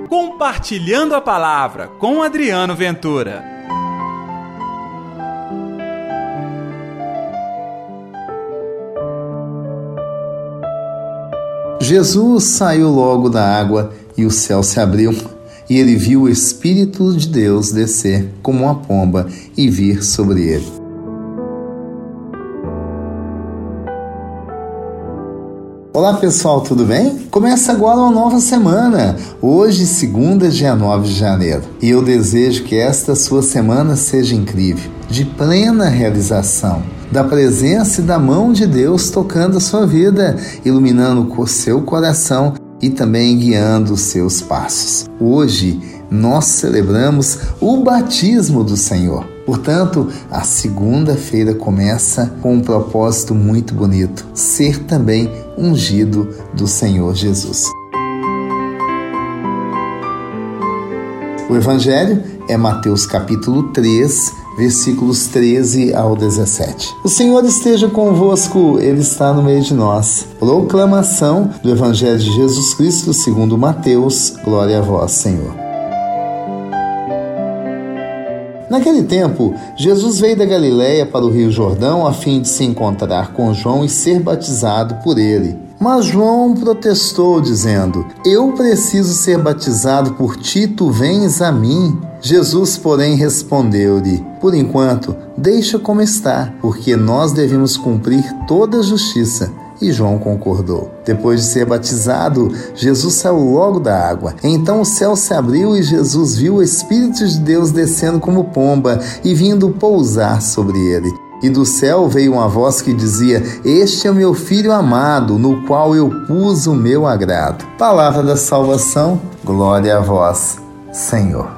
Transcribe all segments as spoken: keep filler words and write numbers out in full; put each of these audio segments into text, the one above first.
Compartilhando a Palavra com Adriano Ventura. Jesus saiu logo da água e o céu se abriu, e ele viu o Espírito de Deus descer como uma pomba e vir sobre ele. Olá pessoal, tudo bem? Começa agora uma nova semana, hoje segunda, dia nove de janeiro. E eu desejo que esta sua semana seja incrível, de plena realização, da presença e da mão de Deus tocando a sua vida, iluminando o seu coração e também guiando os seus passos. Hoje nós celebramos o batismo do Senhor. Portanto, a segunda-feira começa com um propósito muito bonito: ser também ungido do Senhor Jesus. O Evangelho é Mateus capítulo três, versículos treze ao dezessete. O Senhor esteja convosco, Ele está no meio de nós. Proclamação do Evangelho de Jesus Cristo segundo Mateus. Glória a vós, Senhor. Naquele tempo, Jesus veio da Galiléia para o Rio Jordão a fim de se encontrar com João e ser batizado por ele. Mas João protestou, dizendo: Eu preciso ser batizado por ti, tu vens a mim? Jesus, porém, respondeu-lhe: Por enquanto, deixa como está, porque nós devemos cumprir toda a justiça. E João concordou. Depois de ser batizado, Jesus saiu logo da água. Então o céu se abriu e Jesus viu o Espírito de Deus descendo como pomba e vindo pousar sobre ele. E do céu veio uma voz que dizia: Este é o meu Filho amado, no qual eu pus o meu agrado. Palavra da salvação, glória a vós, Senhor.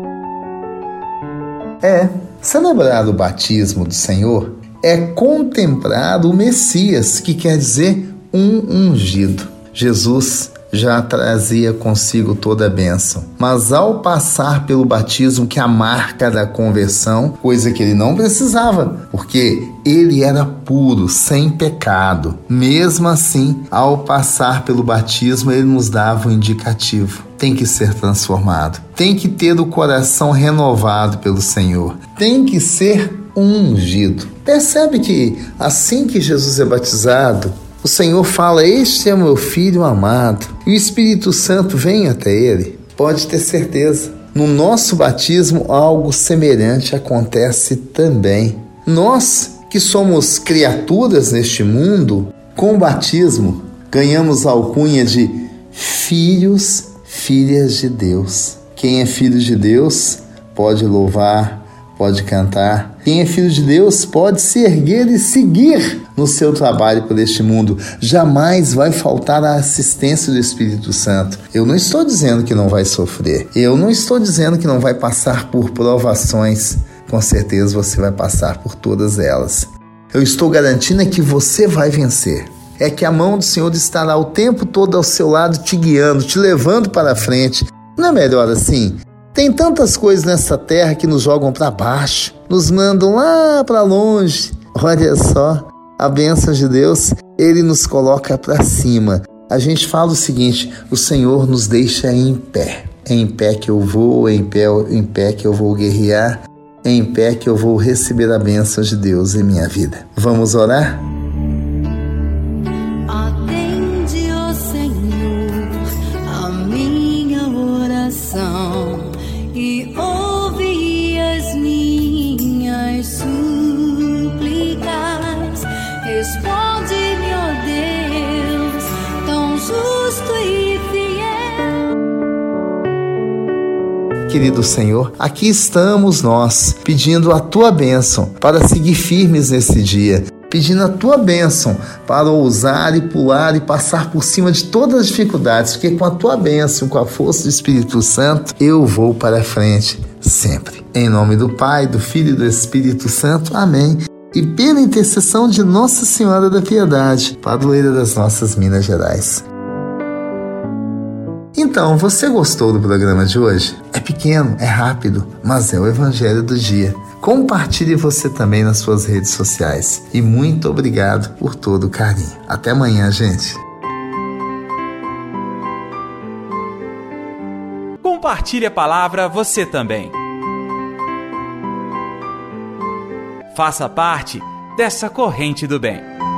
É, celebrar o batismo do Senhor é contemplar o Messias, que quer dizer um ungido. Jesus já trazia consigo toda a bênção, mas ao passar pelo batismo, que é a marca da conversão, coisa que ele não precisava, porque ele era puro, sem pecado. Mesmo assim, ao passar pelo batismo, ele nos dava um indicativo: tem que ser transformado, tem que ter o coração renovado pelo Senhor, tem que ser ungido. Percebe que assim que Jesus é batizado, o Senhor fala: Este é o meu Filho amado, e o Espírito Santo vem até ele. Pode ter certeza, no nosso batismo algo semelhante acontece também. Nós que somos criaturas neste mundo, com o batismo ganhamos a alcunha de filhos, filhas de Deus. Quem é filho de Deus pode louvar, pode cantar. Quem é filho de Deus pode se erguer e seguir no seu trabalho por este mundo. Jamais vai faltar a assistência do Espírito Santo. Eu não estou dizendo que não vai sofrer. Eu não estou dizendo que não vai passar por provações. Com certeza você vai passar por todas elas. Eu estou garantindo é que você vai vencer. É que a mão do Senhor estará o tempo todo ao seu lado, te guiando, te levando para frente. Não é melhor assim? Tem tantas coisas nessa terra que nos jogam para baixo, nos mandam lá para longe. Olha só, a bênção de Deus, Ele nos coloca para cima. A gente fala o seguinte: o Senhor nos deixa em pé. É em pé que eu vou, é em pé, em pé que eu vou guerrear, é em pé que eu vou receber a bênção de Deus em minha vida. Vamos orar? Atende, ó Senhor, a minha oração e ouve as minhas súplicas. Responde-me, ó Deus, tão justo e fiel. Querido Senhor, aqui estamos nós, pedindo a Tua bênção para seguir firmes nesse dia, pedindo a Tua bênção para ousar e pular e passar por cima de todas as dificuldades, porque com a Tua bênção, com a força do Espírito Santo, eu vou para frente sempre. Em nome do Pai, do Filho e do Espírito Santo. Amém. E pela intercessão de Nossa Senhora da Piedade, padroeira das nossas Minas Gerais. Então, você gostou do programa de hoje? É pequeno, é rápido, mas é o Evangelho do dia. Compartilhe você também nas suas redes sociais. E muito obrigado por todo o carinho. Até amanhã, gente. compartilhe a palavra você também. Faça parte dessa corrente do bem.